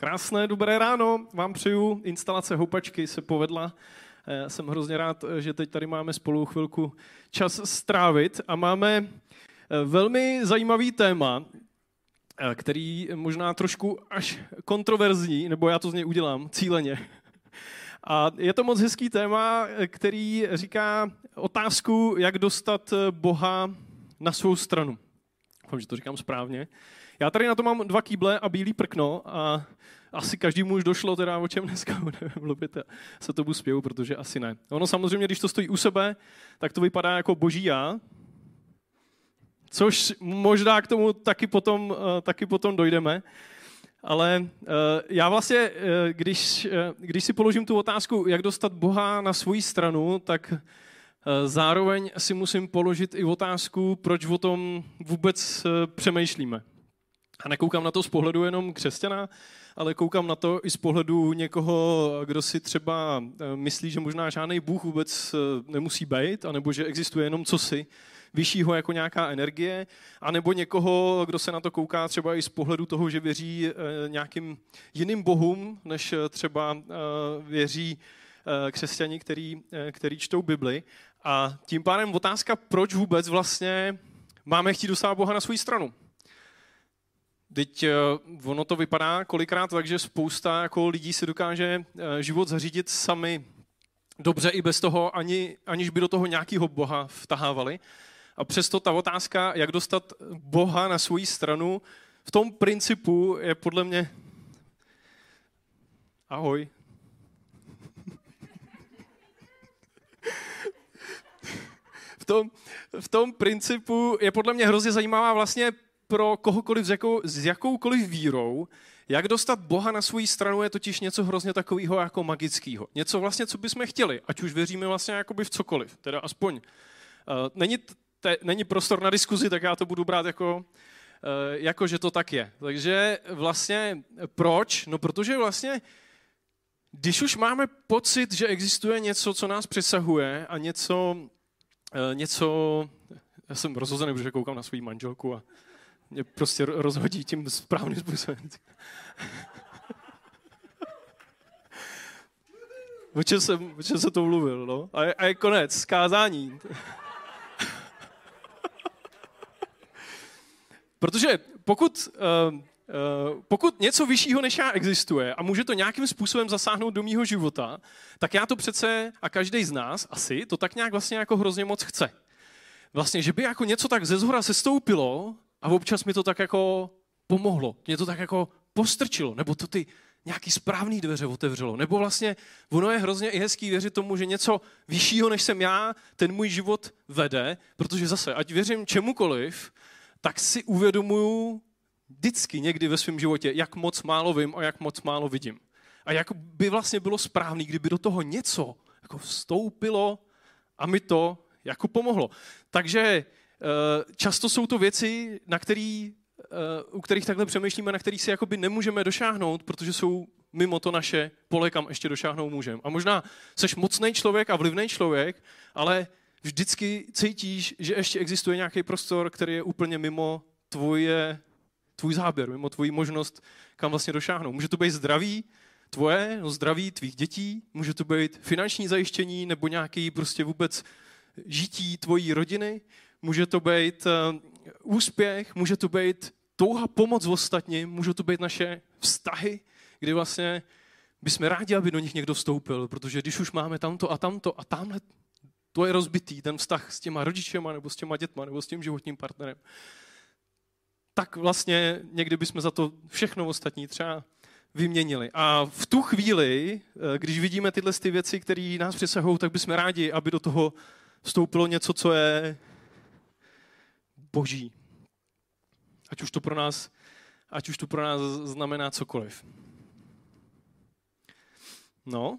Krásné, dobré ráno, vám přeju. Instalace houpačky se povedla. Jsem hrozně rád, že teď tady máme spolu chvilku čas strávit a máme velmi zajímavý téma, který možná trošku až kontroverzní, nebo já to z něj udělám cíleně. A je to moc hezký téma, který říká otázku, jak dostat Boha na svou stranu. Doufám, že to říkám správně. Já tady na to mám 2 kýble a bílý prkno a asi každému už došlo teda, o čem dneska budeme mluvit. Se tomu zpěvu, protože asi ne. Ono samozřejmě, když to stojí u sebe, tak to vypadá jako boží já, což možná k tomu taky potom dojdeme. Ale já vlastně, když si položím tu otázku, jak dostat Boha na svoji stranu, tak zároveň si musím položit i otázku, proč o tom vůbec přemýšlíme. A nekoukám na to z pohledu jenom křesťana, ale koukám na to i z pohledu někoho, kdo si třeba myslí, že možná žádný Bůh vůbec nemusí být, anebo že existuje jenom cosi vyššího jako nějaká energie, anebo někoho, kdo se na to kouká třeba i z pohledu toho, že věří nějakým jiným bohům, než třeba věří křesťani, který čtou Bibli. A tím pádem otázka, proč vůbec vlastně máme chtít dostat Boha na svou stranu. Teď ono to vypadá kolikrát tak, že spousta jako lidí si dokáže život zařídit sami dobře i bez toho, aniž by do toho nějakého Boha vtahávali. A přesto ta otázka, jak dostat Boha na svou stranu, v tom principu je podle mě... Ahoj. V tom principu je podle mě hrozně zajímavá vlastně pro kohokoliv s jakoukoliv vírou. Jak dostat Boha na svou stranu je totiž něco hrozně takového jako magického. Něco vlastně, co bychom chtěli, ať už věříme vlastně jakoby v cokoliv. Teda aspoň není prostor na diskuzi, tak já to budu brát jako že to tak je. Takže vlastně proč? No protože vlastně, když už máme pocit, že existuje něco, co nás přesahuje a něco já jsem rozhozený, protože koukám na svou manželku a mě prostě rozhodí tím správným způsobem. O čem se to mluvil, no? A je konec, zkázání. Protože pokud něco vyššího než já existuje a může to nějakým způsobem zasáhnout do mýho života, tak já to přece, a každý z nás asi, to tak nějak vlastně jako hrozně moc chce. Vlastně, že by jako něco tak ze zhora sestoupilo a občas mi to tak jako pomohlo, mě to tak jako postrčilo, nebo to ty nějaký správný dveře otevřelo, nebo vlastně ono je hrozně i hezký věřit tomu, že něco vyššího než jsem já, ten můj život vede, protože zase, ať věřím čemukoliv, tak si uvědomuju vždycky někdy ve svém životě, jak moc málo vím a jak moc málo vidím. A jak by vlastně bylo správný, kdyby do toho něco jako vstoupilo a mi to jako pomohlo. Takže často jsou to věci, u kterých takhle přemýšlíme, na kterých si jakoby nemůžeme došáhnout, protože jsou mimo to naše pole, kam ještě došáhnout můžeme. A možná seš mocný člověk a vlivný člověk, ale vždycky cítíš, že ještě existuje nějaký prostor, který je úplně mimo tvůj záběr, mimo tvoji možnost, kam vlastně došáhnout. Může to být zdraví zdraví tvých dětí, může to být finanční zajištění nebo nějaký prostě vůbec žití tvojí rodiny, může to být úspěch, může to být touha pomoct ostatním, může to být naše vztahy, kdy vlastně bychom rádi, aby do nich někdo vstoupil, protože když už máme tamto a tamhle to je rozbitý, ten vztah s těma rodičema nebo s těma dětma nebo s tím životním partnerem, tak vlastně někdy bychom za to všechno ostatní třeba vyměnili. A v tu chvíli, když vidíme tyhle věci, které nás přesahují, tak bychom rádi, aby do toho vstoupilo něco, co je boží. Ať už to pro nás znamená cokoliv. No.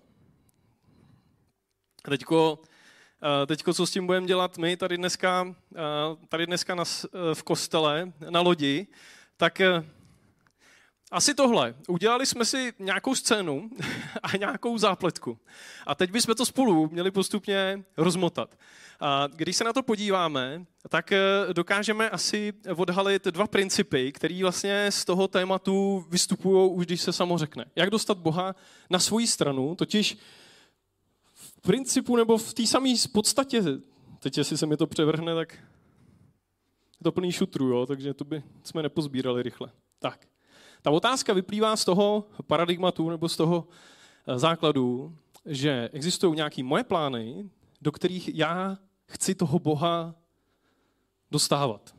Teďko, co s tím budeme dělat my tady dneska v kostele, na lodi, tak asi tohle. Udělali jsme si nějakou scénu a nějakou zápletku. A teď bychom to spolu měli postupně rozmotat. A když se na to podíváme, tak dokážeme asi odhalit dva principy, které vlastně z toho tématu vystupují, už když se samo řekne. Jak dostat Boha na svoji stranu, totiž v principu nebo v té samé podstatě, teď jestli se mi to převrhne, tak je to plný šutrů, jo? Takže to by jsme nepozbírali rychle. Tak. Ta otázka vyplývá z toho paradigmatu nebo z toho základu, že existují nějaké moje plány, do kterých já chci toho Boha dostávat.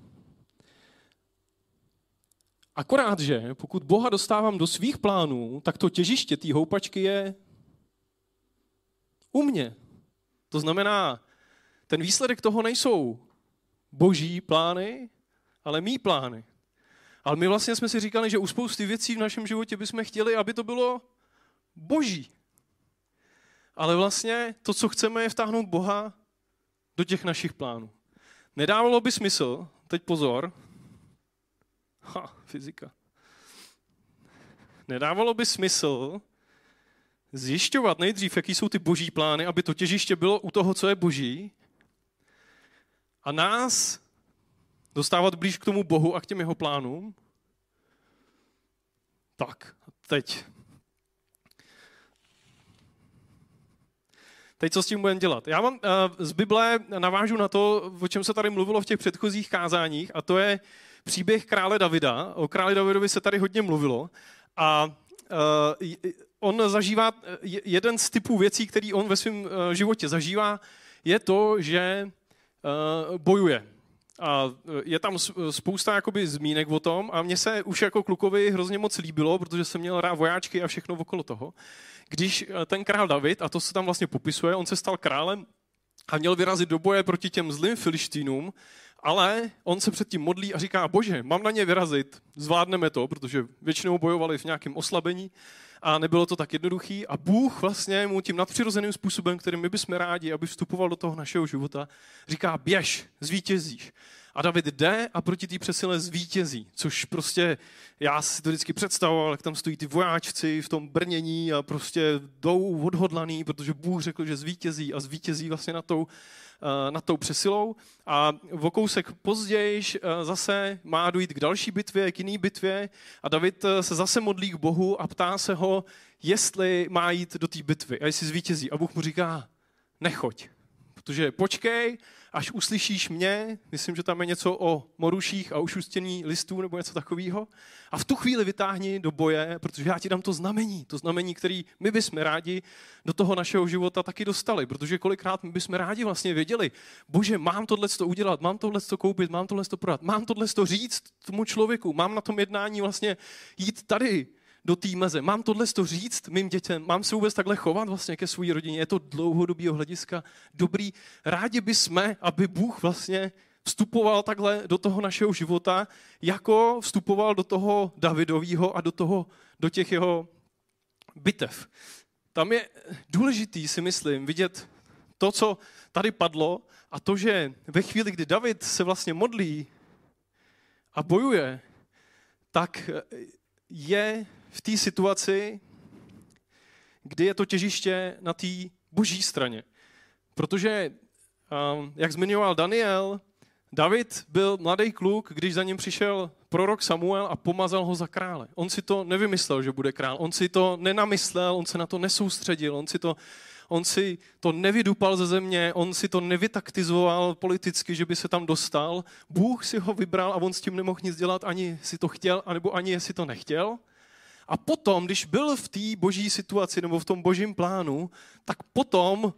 Akorát, že pokud Boha dostávám do svých plánů, tak to těžiště té houpačky je u mě. To znamená, ten výsledek toho nejsou boží plány, ale mý plány. Ale my vlastně jsme si říkali, že u spousty věcí v našem životě bychom chtěli, aby to bylo boží. Ale vlastně to, co chceme, je vtáhnout Boha do těch našich plánů. Nedávalo by smysl, teď pozor, fyzika. Nedávalo by smysl zjišťovat nejdřív, jaký jsou ty boží plány, aby to těžiště bylo u toho, co je boží, a nás dostávat blíž k tomu Bohu a k těm jeho plánům. Tak, teď. Teď co s tím budeme dělat? Já vám z Bible navážu na to, o čem se tady mluvilo v těch předchozích kázáních, a to je příběh krále Davida. O králi Davidovi se tady hodně mluvilo a on zažívá jeden z typů věcí, který on ve svém životě zažívá, je to, že bojuje. A je tam spousta jakoby zmínek o tom a mně se už jako klukovi hrozně moc líbilo, protože jsem měl rád vojáčky a všechno okolo toho. Když ten král David, a to se tam vlastně popisuje, on se stal králem a měl vyrazit do boje proti těm zlým Filištínům, ale on se předtím modlí a říká, bože, mám na ně vyrazit, zvládneme to, protože většinou bojovali v nějakém oslabení a nebylo to tak jednoduchý a Bůh vlastně mu tím nadpřirozeným způsobem, kterým my bychom rádi, aby vstupoval do toho našeho života, říká, běž, zvítězíš. A David jde a proti té přesile zvítězí, což prostě já si to vždycky představoval, jak tam stojí ty vojáčci v tom brnění a prostě jdou odhodlaný, protože Bůh řekl, že zvítězí a zvítězí vlastně nad tou přesilou. A o kousek později zase má dojít k další bitvě, k jiný bitvě a David se zase modlí k Bohu a ptá se ho, jestli má jít do té bitvy a jestli zvítězí. A Bůh mu říká, nechoď, protože počkej, až uslyšíš mě, myslím, že tam je něco o moruších a ušustění listů nebo něco takového, a v tu chvíli vytáhni do boje, protože já ti dám to znamení, který my bychom rádi do toho našeho života taky dostali, protože kolikrát my bychom rádi vlastně věděli, bože, mám tohleto udělat, mám tohleto koupit, mám tohleto prodat, mám tohleto říct tomu člověku, mám na tom jednání vlastně jít tady do té meze, mám tohleto říct mým dětem, mám se vůbec takhle chovat vlastně ke své rodině, je to dlouhodobého hlediska dobrý. Rádi bychom, aby Bůh vlastně vstupoval takhle do toho našeho života, jako vstupoval do toho Davidového a do těch jeho bitev. Tam je důležitý, si myslím, vidět to, co tady padlo, a to, že ve chvíli, kdy David se vlastně modlí a bojuje, tak je v té situaci, kdy je to těžiště na té boží straně. Protože, jak zmiňoval Daniel, David byl mladý kluk, když za ním přišel prorok Samuel a pomazal ho za krále. On si to nevymyslel, že bude král. On si to nenamyslel, on se na to nesoustředil, on si to nevydupal ze země, on si to nevytaktizoval politicky, že by se tam dostal. Bůh si ho vybral a on s tím nemohl nic dělat, ani si to chtěl, anebo ani jestli to nechtěl. A potom, když byl v té boží situaci nebo v tom božím plánu, tak potom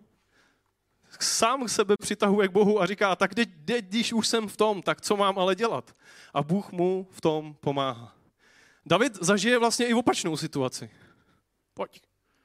sám sebe přitahuje k Bohu a říká, tak když už jsem v tom, tak co mám ale dělat? A Bůh mu v tom pomáhá. David zažije vlastně i opačnou situaci. Pojď.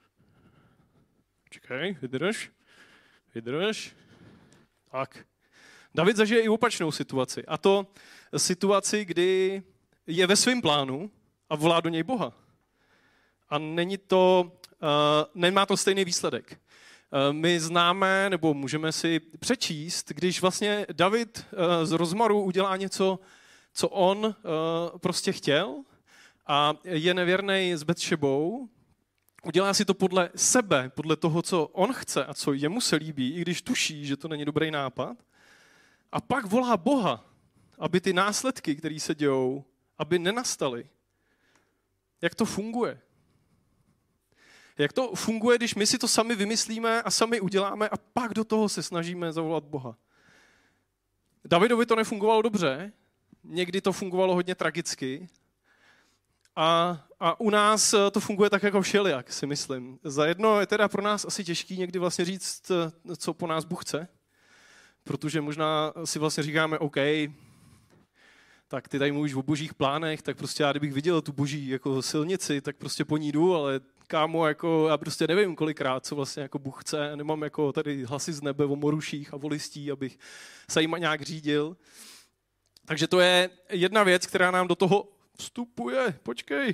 Čekej, vydrž. Tak. David zažije i opačnou situaci. A to situaci, kdy je ve svém plánu a volá do něj Boha. A nemá to stejný výsledek. My známe, nebo můžeme si přečíst, když vlastně David z rozmaru udělá něco, co on prostě chtěl, a je nevěrný s Betšebou, udělá si to podle sebe, podle toho, co on chce a co jemu se líbí, i když tuší, že to není dobrý nápad. A pak volá Boha, aby ty následky, které se dějou, aby nenastaly. Jak to funguje? Jak to funguje, když my si to sami vymyslíme a sami uděláme a pak do toho se snažíme zavolat Boha? Davidovi to nefungovalo dobře, někdy to fungovalo hodně tragicky a u nás to funguje tak jako všelijak, si myslím. Zajedno je teda pro nás asi těžký někdy vlastně říct, co po nás Bůh chce, protože možná si vlastně říkáme, OK, tak ty tady mluvíš o božích plánech, tak prostě já kdybych viděl tu boží jako silnici, tak prostě po ní jdu, ale kámo, jako já prostě nevím kolikrát, co vlastně jako Bůh chce, nemám jako tady hlasy z nebe o moruších a o listí, abych se jim nějak řídil. Takže to je jedna věc, která nám do toho vstupuje. Počkej.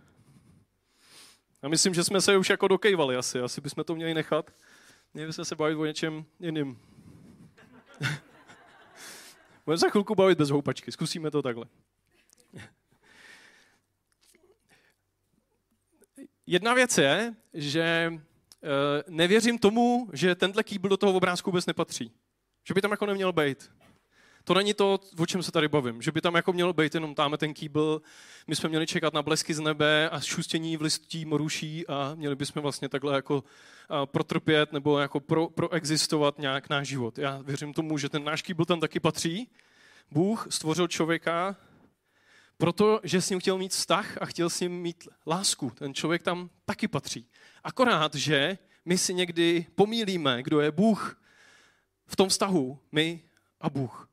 A myslím, že jsme se už jako dokejvali asi bychom to měli nechat. Měli bychom se bavit o něčem jiným. Budeme se chvilku bavit bez houpačky, zkusíme to takhle. Jedna věc je, že nevěřím tomu, že tenhle kýbl do toho obrázku vůbec nepatří. Že by tam jako neměl být. To není to, o čem se tady bavím. Že by tam jako mělo být jenom táme ten kýbl, my jsme měli čekat na blesky z nebe a šustění v listí moruší a měli bychom vlastně takhle jako protrpět nebo jako proexistovat nějak náš život. Já věřím tomu, že ten náš kýbl tam taky patří. Bůh stvořil člověka, protože s ním chtěl mít vztah a chtěl s ním mít lásku. Ten člověk tam taky patří. Akorát, že my si někdy pomýlíme, kdo je Bůh v tom vztahu, my a Bůh.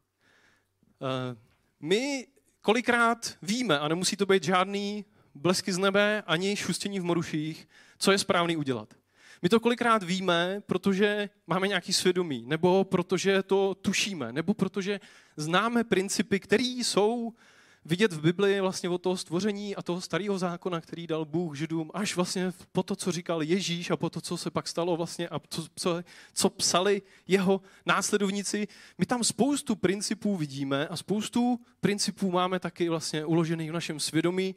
My kolikrát víme, a nemusí to být žádný blesky z nebe, ani šustění v moruších, co je správný udělat. My to kolikrát víme, protože máme nějaký svědomí, nebo protože to tušíme, nebo protože známe principy, které jsou vidět v Bibli vlastně od toho stvoření a toho starého zákona, který dal Bůh Židům, až vlastně po to, co říkal Ježíš a po to, co se pak stalo vlastně a co psali jeho následovníci. My tam spoustu principů vidíme a spoustu principů máme taky vlastně uložených v našem svědomí.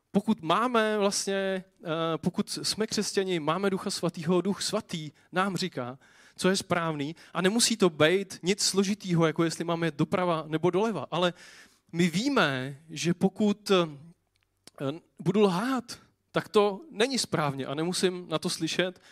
Pokud jsme křesťani, máme Ducha Svatého, Duch Svatý nám říká, co je správný a nemusí to být nic složitýho, jako jestli máme doprava nebo doleva, ale my víme, že pokud budu lhát, tak to není správně a nemusím na to slyšet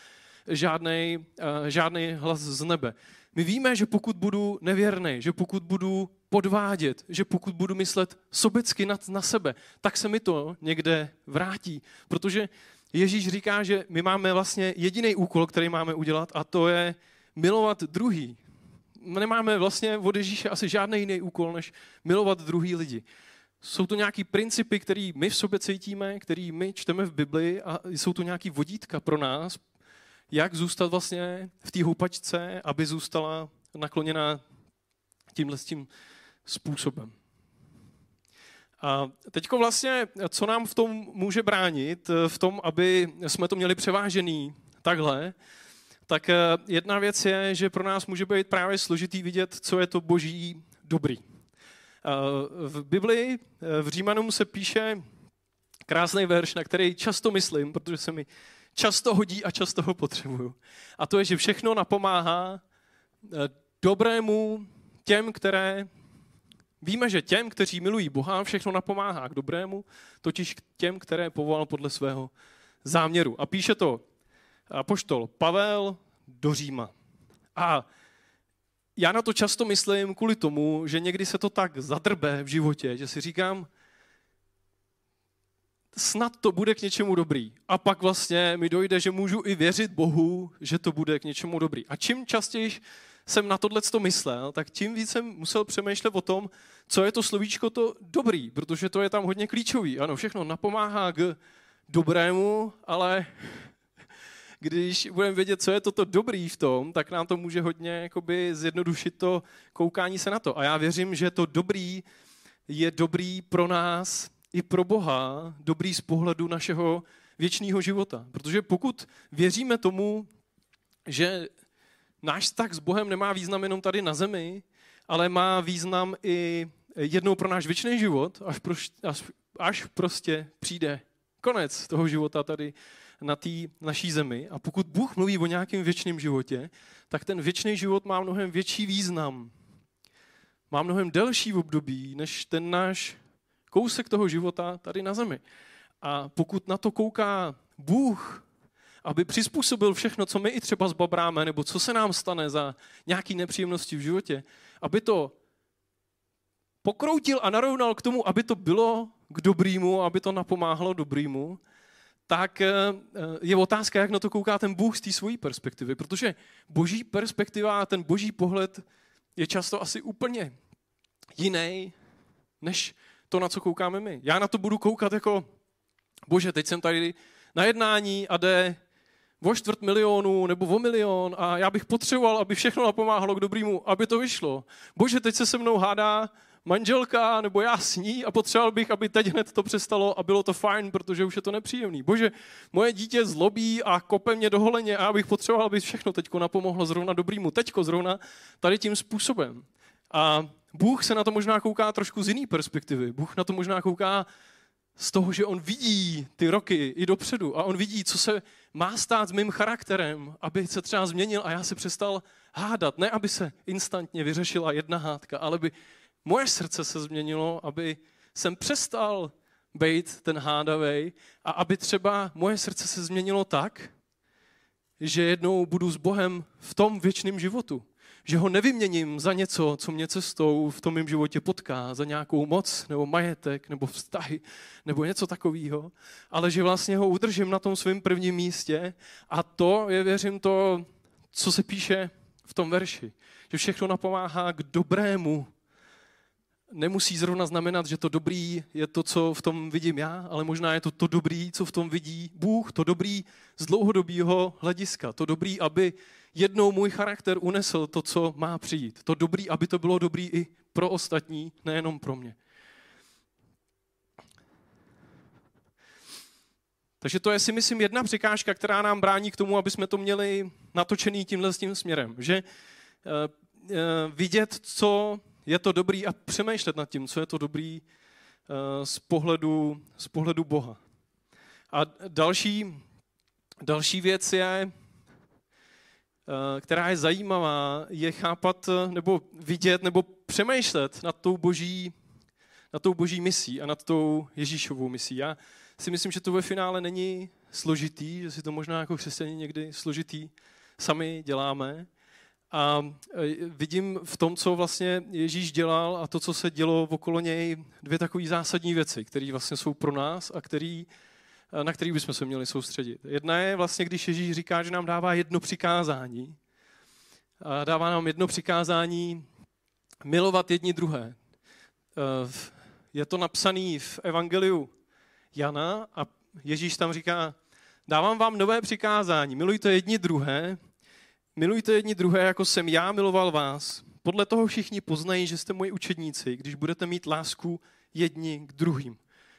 žádný hlas z nebe. My víme, že pokud budu nevěrný, že pokud budu podvádět, že pokud budu myslet sobecky na sebe, tak se mi to někde vrátí. Protože Ježíš říká, že my máme vlastně jediný úkol, který máme udělat, a to je milovat druhý. Nemáme vlastně od Ježíše asi žádný jiný úkol, než milovat druhý lidi. Jsou to nějaký principy, které my v sobě cítíme, které my čteme v Bibli a jsou to nějaký vodítka pro nás, jak zůstat vlastně v té houpačce, aby zůstala nakloněná tímhle způsobem. A teďko vlastně, co nám v tom může bránit, v tom, aby jsme to měli převážený takhle, tak jedna věc je, že pro nás může být právě složitý vidět, co je to boží dobrý. V Biblii, v Římanům se píše krásný verš, na který často myslím, protože se mi často hodí a často ho potřebuju. A to je, že všechno napomáhá dobrému víme, že těm, kteří milují Boha, všechno napomáhá k dobrému, totiž k těm, které povolal podle svého záměru. A píše to apoštol Pavel do Říma. A já na to často myslím kvůli tomu, že někdy se to tak zadrbe v životě, že si říkám, snad to bude k něčemu dobrý. A pak vlastně mi dojde, že můžu i věřit Bohu, že to bude k něčemu dobrý. A čím častěji jsem na tohleto myslel, tak tím víc jsem musel přemýšlet o tom, co je to slovíčko to dobrý, protože to je tam hodně klíčový. Ano, všechno napomáhá k dobrému, ale když budeme vědět, co je toto dobrý v tom, tak nám to může hodně jakoby zjednodušit to koukání se na to. A já věřím, že to dobrý je dobrý pro nás i pro Boha, dobrý z pohledu našeho věčného života. Protože pokud věříme tomu, že náš vztah s Bohem nemá význam jenom tady na zemi, ale má význam i jednou pro náš věčný život, až prostě přijde konec toho života tady na té naší zemi. A pokud Bůh mluví o nějakém věčném životě, tak ten věčný život má mnohem větší význam. Má mnohem delší období, než ten náš kousek toho života tady na zemi. A pokud na to kouká Bůh, aby přizpůsobil všechno, co my i třeba zbabráme, nebo co se nám stane za nějaké nepříjemnosti v životě, aby to pokroutil a narovnal k tomu, aby to bylo k dobrýmu, aby to napomáhalo dobrýmu, tak je otázka, jak na to kouká ten Bůh z té svojí perspektivy. Protože boží perspektiva a ten boží pohled je často asi úplně jiný, než to, na co koukáme my. Já na to budu koukat jako, bože, teď jsem tady na jednání a jde o 250 000 nebo o 1 000 000 a já bych potřeboval, aby všechno napomáhalo k dobrýmu, aby to vyšlo. Bože, teď se mnou hádá manželka nebo já s ní a potřeboval bych, aby teď hned to přestalo a bylo to fajn, protože už je to nepříjemný. Bože, moje dítě zlobí a kope mě do holeně a já bych potřeboval, aby všechno teďko napomohlo zrovna dobrýmu. Teďko zrovna tady tím způsobem. A Bůh se na to možná kouká trošku z jiné perspektivy. Bůh na to možná kouká z toho, že on vidí ty roky i dopředu a on vidí, co se má stát s mým charakterem, aby se třeba změnil a já se přestal hádat. Ne, aby se instantně vyřešila jedna hádka, ale by moje srdce se změnilo, aby jsem přestal být ten hádavej a aby třeba moje srdce se změnilo tak, že jednou budu s Bohem v tom věčném životu. Že ho nevyměním za něco, co mě cestou v tom mém životě potká, za nějakou moc, nebo majetek, nebo vztahy, nebo něco takového, ale že vlastně ho udržím na tom svém prvním místě a to je, věřím, to, co se píše v tom verši. Že všechno napomáhá k dobrému. Nemusí zrovna znamenat, že to dobrý je to, co v tom vidím já, ale možná je to to dobrý, co v tom vidí Bůh, to dobrý z dlouhodobého hlediska, to dobrý, aby jednou můj charakter unesl to, co má přijít. To dobrý, aby to bylo dobrý i pro ostatní, nejenom pro mě. Takže to je, si myslím, jedna překážka, která nám brání k tomu, aby jsme to měli natočený tímhle s tím směrem. Že vidět, co je to dobrý a přemýšlet nad tím, co je to dobrý z pohledu Boha. A další věc je, která je zajímavá, je chápat nebo vidět nebo přemýšlet nad tou boží misí a nad tou Ježíšovou misí. Já si myslím, že to ve finále není složitý, že si to možná jako křesťané někdy složitý sami děláme. A vidím v tom, co vlastně Ježíš dělal a to, co se dělo okolo něj, dvě takové zásadní věci, které vlastně jsou pro nás a na který bychom se měli soustředit. Jedna je vlastně, když Ježíš říká, že nám dává jedno přikázání. A dává nám jedno přikázání milovat jedni druhé. Je to napsané v Evangeliu Jana a Ježíš tam říká, dávám vám nové přikázání, milujte jedni druhé, jako jsem já miloval vás. Podle toho všichni poznají, že jste moji učedníci, když budete mít lásku jedni k druhým.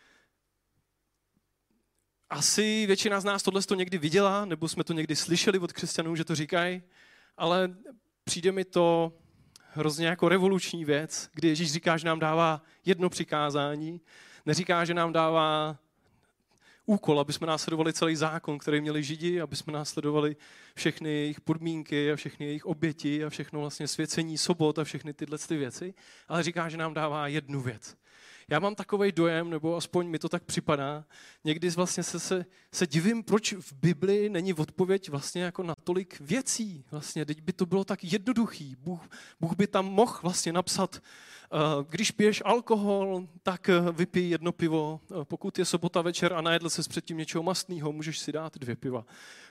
Asi většina z nás tohle někdy viděla, nebo jsme to někdy slyšeli od křesťanů, že to říkají, ale přijde mi to hrozně jako revoluční věc, kdy Ježíš říká, že nám dává jedno přikázání, neříká, že nám dává úkol, aby jsme následovali celý zákon, který měli Židi, aby jsme následovali všechny jejich podmínky a všechny jejich oběti a všechno vlastně svěcení sobot a všechny tyhle věci, ale říká, že nám dává jednu věc. Já mám takovej dojem, nebo aspoň mi to tak připadá, někdy vlastně se divím, proč v Bibli není odpověď vlastně jako na tolik věcí. Vlastně, teď by to bylo tak jednoduchý. Bůh by tam mohl vlastně napsat, když piješ alkohol, tak vypij 1 pivo. Pokud je sobota večer a najedl ses předtím něčeho mastného, můžeš si dát 2 piva.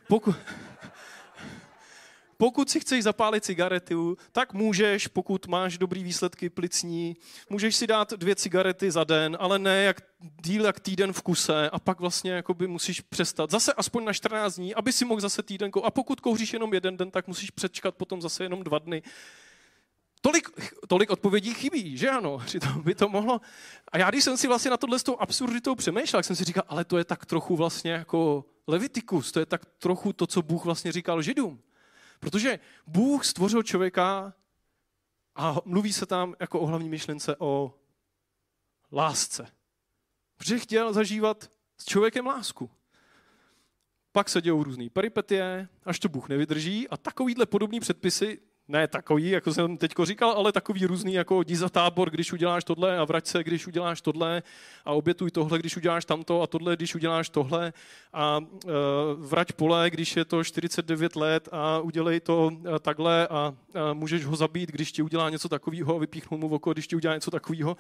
Pokud si chceš zapálit cigaretu, tak můžeš, pokud máš dobrý výsledky plicní, můžeš si dát 2 cigarety za den, ale ne díl jak týden v kuse a pak vlastně jakoby musíš přestat. Zase aspoň na 14 dní, aby si mohl zase týden. A pokud kouříš jenom 1 den, tak musíš přečkat potom zase jenom 2 dny. Tolik odpovědí chybí, že ano? Že to by to mohlo. A já, když jsem si vlastně na tohle s tou absurditou přemýšlel, tak jsem si říkal, ale to je tak trochu vlastně jako Levitikus, to je tak trochu to, co Bůh vlastně říkal Židům. Protože Bůh stvořil člověka a mluví se tam jako o hlavní myšlence o lásce. Protože chtěl zažívat s člověkem lásku. Pak se dějou různý peripetie, až to Bůh nevydrží a takovýhle podobný předpisy, ne takový, jako jsem teďko říkal, ale takový různý, jako jdi za tábor, když uděláš tohle a vrať se, když uděláš tohle a obětuj tohle, když uděláš tamto a tohle, když uděláš tohle a vrať pole, když je to 49 let a udělej to takhle a můžeš ho zabít, když ti udělá něco takového a vypíchnout mu v oko, když ti udělá něco takového.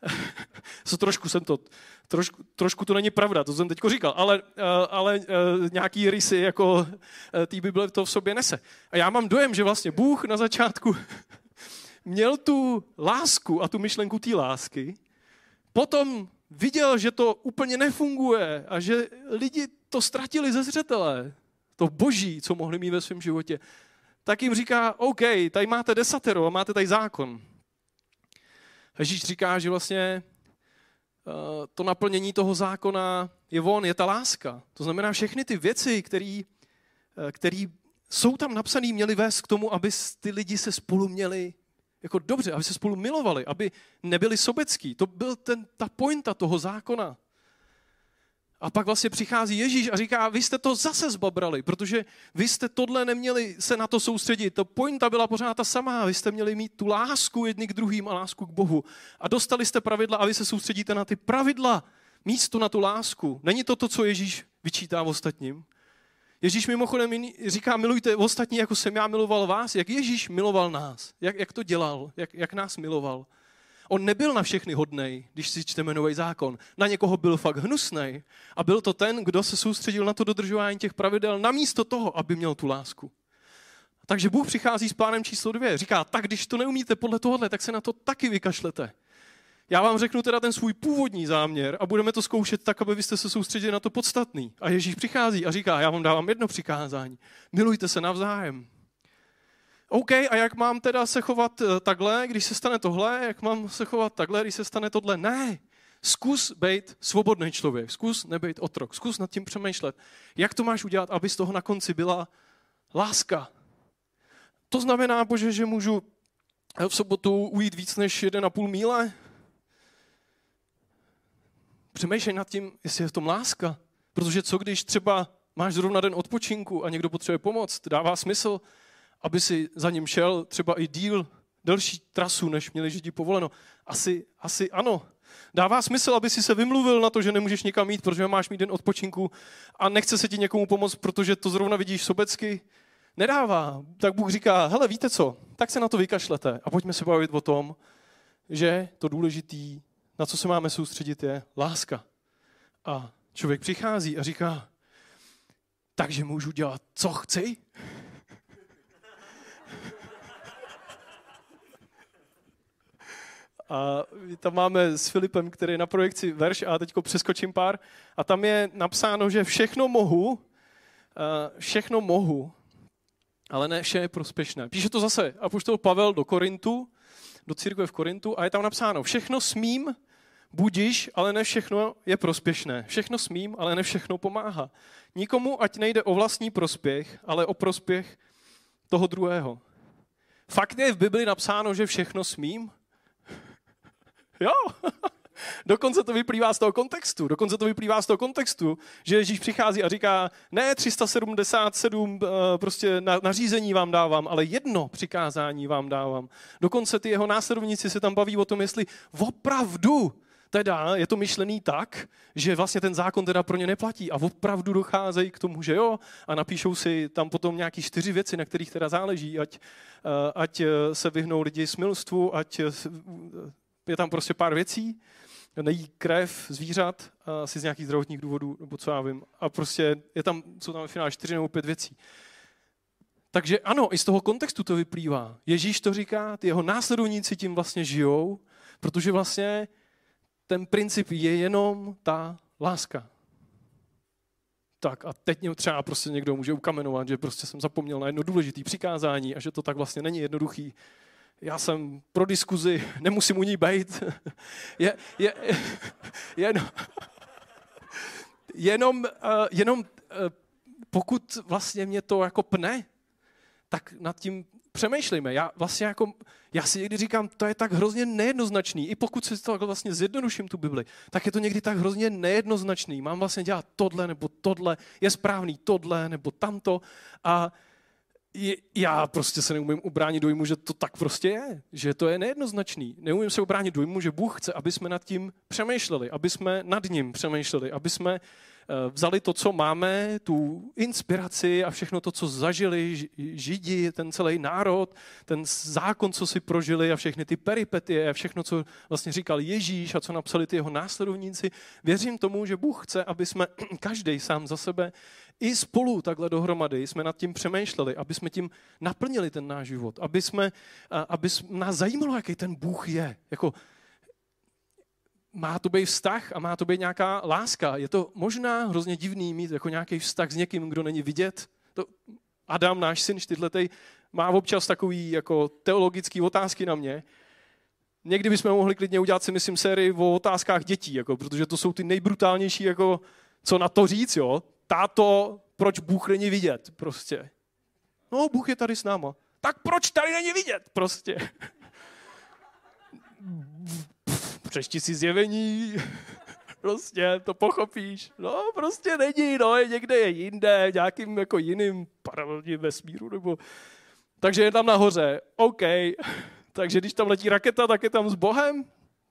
Trošku to není pravda, to jsem teďko říkal, ale nějaký rysy jako té Bible to v sobě nese. A já mám dojem, že vlastně Bůh na začátku měl tu lásku a tu myšlenku té lásky, potom viděl, že to úplně nefunguje a že lidi to ztratili ze zřetele, to boží, co mohli mít ve svém životě, tak jim říká, OK, tady máte desatero a máte tady zákon. Ježíš říká, že vlastně to naplnění toho zákona je ta láska. To znamená, všechny ty věci, které jsou tam napsané, měly vést k tomu, aby ty lidi se spolu měli jako dobře, aby se spolu milovali, aby nebyli sobecký. To byl ta pointa toho zákona. A pak vlastně přichází Ježíš a říká, vy jste to zase zbabrali, protože vy jste tohle neměli se na to soustředit. Ta pointa byla pořád ta samá. Vy jste měli mít tu lásku jedni k druhým a lásku k Bohu. A dostali jste pravidla a vy se soustředíte na ty pravidla, místo na tu lásku. Není to, co Ježíš vyčítá ostatním. Ježíš mimochodem říká, milujte ostatní, jako jsem já miloval vás. Jak Ježíš miloval nás? Jak to dělal? Jak nás miloval? On nebyl na všechny hodnej, když si čteme Nový zákon. Na někoho byl fakt hnusnej. A byl to ten, kdo se soustředil na to dodržování těch pravidel, namísto toho, aby měl tu lásku. Takže Bůh přichází s plánem číslo 2. Říká, tak když to neumíte podle tohohle, tak se na to taky vykašlete. Já vám řeknu teda ten svůj původní záměr a budeme to zkoušet tak, aby byste se soustředili na to podstatný. A Ježíš přichází a říká, já vám dávám jedno přikázání. Milujte se navzájem. OK, a jak mám teda se chovat takhle, když se stane tohle? Jak mám se chovat takhle, když se stane tohle? Ne. Zkus být svobodný člověk. Zkus nebejt otrok. Zkus nad tím přemýšlet. Jak to máš udělat, aby z toho na konci byla láska? To znamená, Bože, že můžu v sobotu ujít víc než 1,5 míle? Přemýšlej nad tím, jestli je v tom láska. Protože co když třeba máš zrovna den odpočinku a někdo potřebuje pomoc, dává smysl, aby si za ním šel třeba i delší trasu, než měli Židi povoleno. Asi ano. Dává smysl, aby si se vymluvil na to, že nemůžeš nikam jít, protože máš mít den odpočinku a nechce se ti někomu pomoct, protože to zrovna vidíš sobecky. Nedává. Tak Bůh říká, hele, víte co, tak se na to vykašlete a pojďme se bavit o tom, že to důležitý, na co se máme soustředit, je láska. A člověk přichází a říká, takže můžu dělat, co chci? A tam máme s Filipem, který je na projekci verš a teďko přeskočím pár. A tam je napsáno, že všechno mohu, ale ne vše je prospěšné. Píše to zase apoštol Pavel do Korintu, do církve v Korintu a je tam napsáno, všechno smím, budiš, ale ne všechno je prospěšné. Všechno smím, ale ne všechno pomáhá. Nikomu ať nejde o vlastní prospěch, ale o prospěch toho druhého. Fakt je v Bibli napsáno, že všechno smím? Jo, dokonce to vyplývá z toho kontextu. Že Ježíš přichází a říká, ne 377 prostě nařízení vám dávám, ale jedno přikázání vám dávám. Dokonce ty jeho následovníci se tam baví o tom, jestli opravdu teda je to myšlený tak, že vlastně ten zákon teda pro ně neplatí a opravdu docházejí k tomu, že jo, a napíšou si tam potom nějaký 4 věci, na kterých teda záleží, ať se vyhnou lidi smilstvu, ať je tam prostě pár věcí, nejí krev zvířat, asi z nějakých zdravotních důvodů, nebo co já vím. A prostě jsou tam v finále 4 nebo 5 věcí. Takže ano, i z toho kontextu to vyplývá. Ježíš to říká, ty jeho následovníci tím vlastně žijou, protože vlastně ten princip je jenom ta láska. Tak a teď mě třeba prostě někdo může ukamenovat, že prostě jsem zapomněl na jedno důležité přikázání a že to tak vlastně není jednoduchý. Já jsem pro diskuzi, nemusím u ní bejt. Jenom pokud vlastně mě to jako pne, tak nad tím přemýšlejme. Já si někdy říkám, to je tak hrozně nejednoznačný. I pokud si to vlastně zjednoduším tu Bibli, tak je to někdy tak hrozně nejednoznačný. Mám vlastně dělat tohle nebo tohle, je správný tohle nebo tamto. A já prostě se neumím ubránit dojmu, že to tak prostě je, že to je nejednoznačný. Neumím se ubránit dojmu, že Bůh chce, aby jsme nad tím přemýšleli, aby jsme nad ním přemýšleli, aby jsme vzali to, co máme, tu inspiraci a všechno to, co zažili Židi, ten celý národ, ten zákon, co si prožili a všechny ty peripetie a všechno, co vlastně říkal Ježíš a co napsali ty jeho následovníci. Věřím tomu, že Bůh chce, aby jsme každý sám za sebe i spolu takhle dohromady jsme nad tím přemýšleli, aby jsme tím naplnili ten náš život, aby nás zajímalo, jaký ten Bůh je. Jako, má to být vztah a má to být nějaká láska. Je to možná hrozně divný mít jako nějaký vztah s někým, kdo není vidět. Adam, náš syn čtyřletej, má občas takový jako teologický otázky na mě. Někdy bychom mohli klidně udělat, si myslím, sérii o otázkách dětí, jako, protože to jsou ty nejbrutálnější, jako, co na to říct, jo. Táto, proč Bůh není vidět, prostě. No, Bůh je tady s náma. Tak proč tady není vidět, prostě. Přečti si Zjevení, prostě to pochopíš. No, prostě není, no, někde je jinde, nějakým jako jiným paralelním vesmíru, nebo... Takže je tam nahoře, OK. Takže když tam letí raketa, tak je tam s Bohem.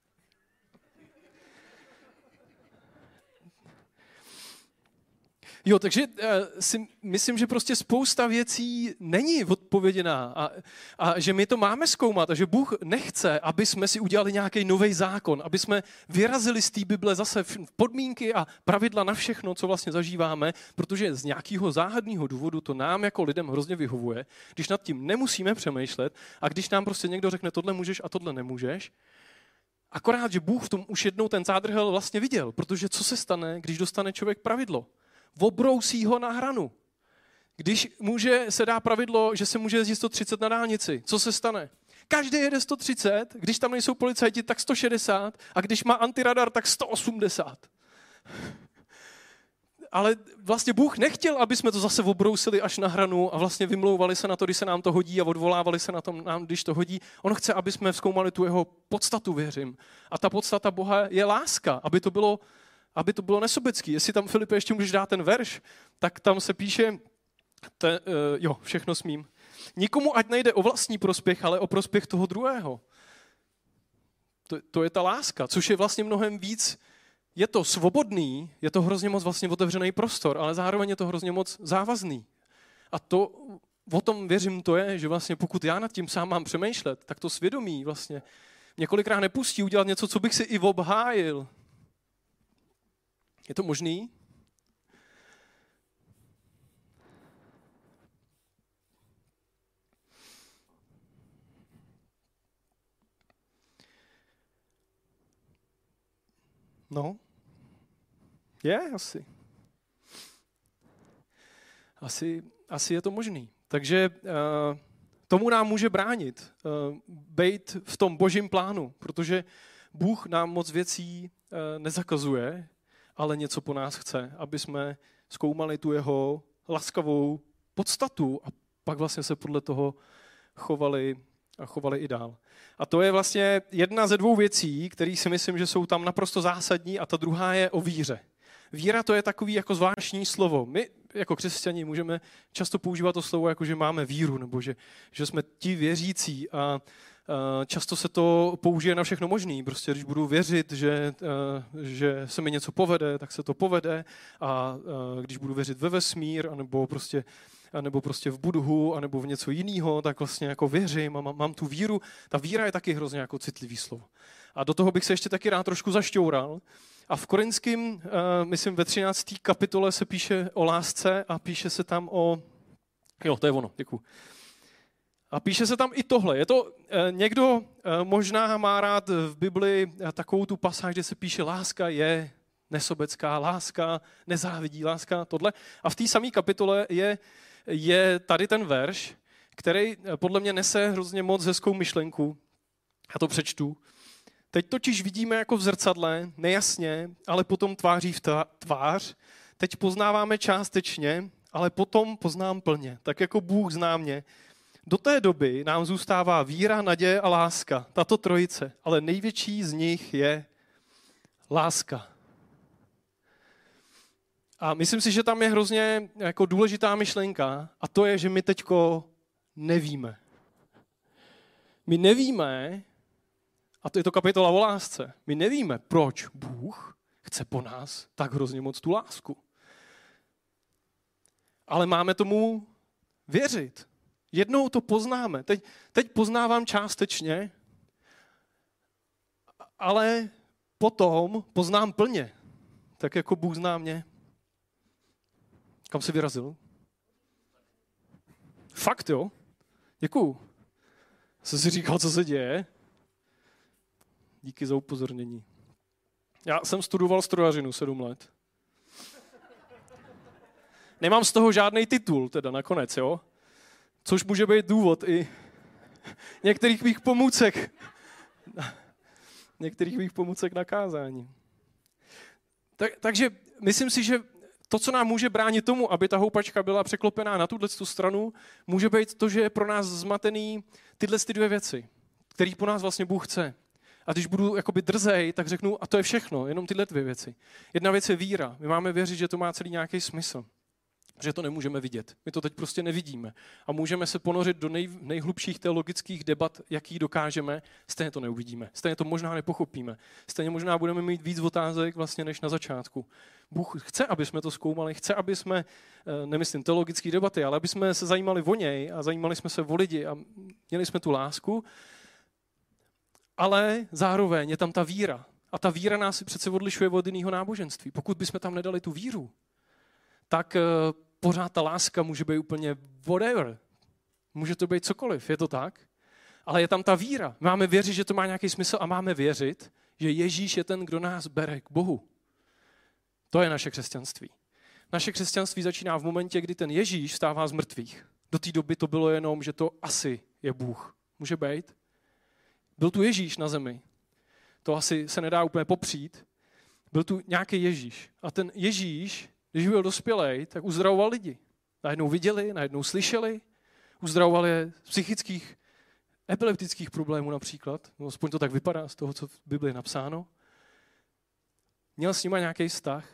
Jo, takže si myslím, že prostě spousta věcí není odpověděná a že my to máme zkoumat a že Bůh nechce, aby jsme si udělali nějaký nový zákon, aby jsme vyrazili z té Bible zase podmínky a pravidla na všechno, co vlastně zažíváme, protože z nějakého záhadného důvodu to nám jako lidem hrozně vyhovuje, když nad tím nemusíme přemýšlet a když nám prostě někdo řekne, tohle můžeš a tohle nemůžeš. Akorát, že Bůh v tom už jednou ten zádrhel vlastně viděl, protože co se stane, když dostane člověk pravidlo? Obrousí ho na hranu. Když se dá pravidlo, že se může jezdit 130 na dálnici, co se stane? Každý jede 130, když tam nejsou policajti, tak 160 a když má antiradar, tak 180. Ale vlastně Bůh nechtěl, aby jsme to zase obrousili až na hranu a vlastně vymlouvali se na to, když se nám to hodí a odvolávali se na tom, když to hodí. On chce, aby jsme zkoumali tu jeho podstatu, věřím. A ta podstata Boha je láska, aby to bylo nesobecký. Jestli tam, Filipe, ještě můžeš dát ten verš, tak tam se píše, všechno smím. Nikomu ať nejde o vlastní prospěch, ale o prospěch toho druhého. To je ta láska, což je vlastně mnohem víc, je to svobodný, je to hrozně moc vlastně otevřený prostor, ale zároveň je to hrozně moc závazný. A to, o tom věřím, to je, že vlastně pokud já nad tím sám mám přemýšlet, tak to svědomí vlastně několikrát nepustí udělat něco, co bych si i obhájil. Je to možný? No, je asi. Asi je to možný. Takže tomu nám může bránit být v tom božím plánu, protože Bůh nám moc věcí nezakazuje, ale něco po nás chce, aby jsme zkoumali tu jeho laskavou podstatu a pak vlastně se podle toho chovali i dál. A to je vlastně jedna ze dvou věcí, které si myslím, že jsou tam naprosto zásadní a ta druhá je o víře. Víra to je takový jako zvláštní slovo. My jako křesťani můžeme často používat to slovo jako, že máme víru nebo že jsme ti věřící a často se to použije na všechno možný. Prostě když budu věřit, že se mi něco povede, tak se to povede a když budu věřit ve vesmír anebo prostě v Budhu anebo v něco jiného, tak vlastně jako věřím a mám tu víru. Ta víra je taky hrozně jako citlivý slovo. A do toho bych se ještě taky rád trošku zašťoural. A v Korinským, myslím ve 13. kapitole se píše o lásce a píše se tam to je ono, děkuju. A píše se tam i tohle. Je to, někdo možná má rád v Bibli takovou tu pasáž, kde se píše láska je nesobecká, láska nezávidí, láska tohle. A v té samé kapitole je tady ten verš, který podle mě nese hrozně moc hezkou myšlenku. Já to přečtu. Teď totiž vidíme jako v zrcadle, nejasně, ale potom tváří v tvář. Teď poznáváme částečně, ale potom poznám plně. Tak jako Bůh zná mě. do té doby nám zůstává víra, naděje a láska. Tato trojice. Ale největší z nich je láska. A myslím si, že tam je hrozně jako důležitá myšlenka a to je, že my teďko nevíme. My nevíme, a to je to kapitola o lásce, my nevíme, proč Bůh chce po nás tak hrozně moc tu lásku. Ale máme tomu věřit. Jednou to poznáme. Teď poznávám částečně, ale potom poznám plně. Tak jako Bůh zná mě. Kam jsi vyrazil? Fakt, jo? Děkuju. Jsem si říkal, co se děje. Díky za upozornění. Já jsem studoval strojařinu 7 let. Nemám z toho žádný titul, teda nakonec, jo? Což může být důvod i některých mých pomůcek. Některých mých pomůcek na kázání. Takže myslím si, že to, co nám může bránit tomu, aby ta houpačka byla překlopená na tuhle stranu, může být to, že je pro nás zmatený tyhle dvě věci, které po nás vlastně Bůh chce. A když budu jakoby drzej, tak řeknu, a to je všechno, jenom tyhle dvě věci. Jedna věc je víra. My máme věřit, že to má celý nějaký smysl. Že to nemůžeme vidět. My to teď prostě nevidíme. A můžeme se ponořit do nejhlubších teologických debat, jaký dokážeme, stejně to neuvidíme. Stejně to možná nepochopíme. Stejně možná budeme mít víc otázek vlastně než na začátku. Bůh chce, aby jsme to zkoumali, chce, aby jsme, nemyslím teologické debaty, ale aby jsme se zajímali o něj a zajímali jsme se o lidi a měli jsme tu lásku. Ale zároveň je tam ta víra. A ta víra nás přece odlišuje od jiného náboženství. Pokud bychom tam nedali tu víru, tak pořád ta láska může být úplně whatever. Může to být cokoliv, je to tak? Ale je tam ta víra. Máme věřit, že to má nějaký smysl a máme věřit, že Ježíš je ten, kdo nás bere k Bohu. To je naše křesťanství. Naše křesťanství začíná v momentě, kdy ten Ježíš vstává z mrtvých. Do té doby to bylo jenom, že to asi je Bůh. Může být? Byl tu Ježíš na zemi. To asi se nedá úplně popřít. Byl tu nějaký Ježíš. A ten Ježíš, když byl dospělej, tak uzdravoval lidi. Najednou viděli, najednou slyšeli, uzdravoval je z psychických, epileptických problémů například. No, aspoň to tak vypadá z toho, co v Bibli je napsáno. Měl s nima nějaký vztah.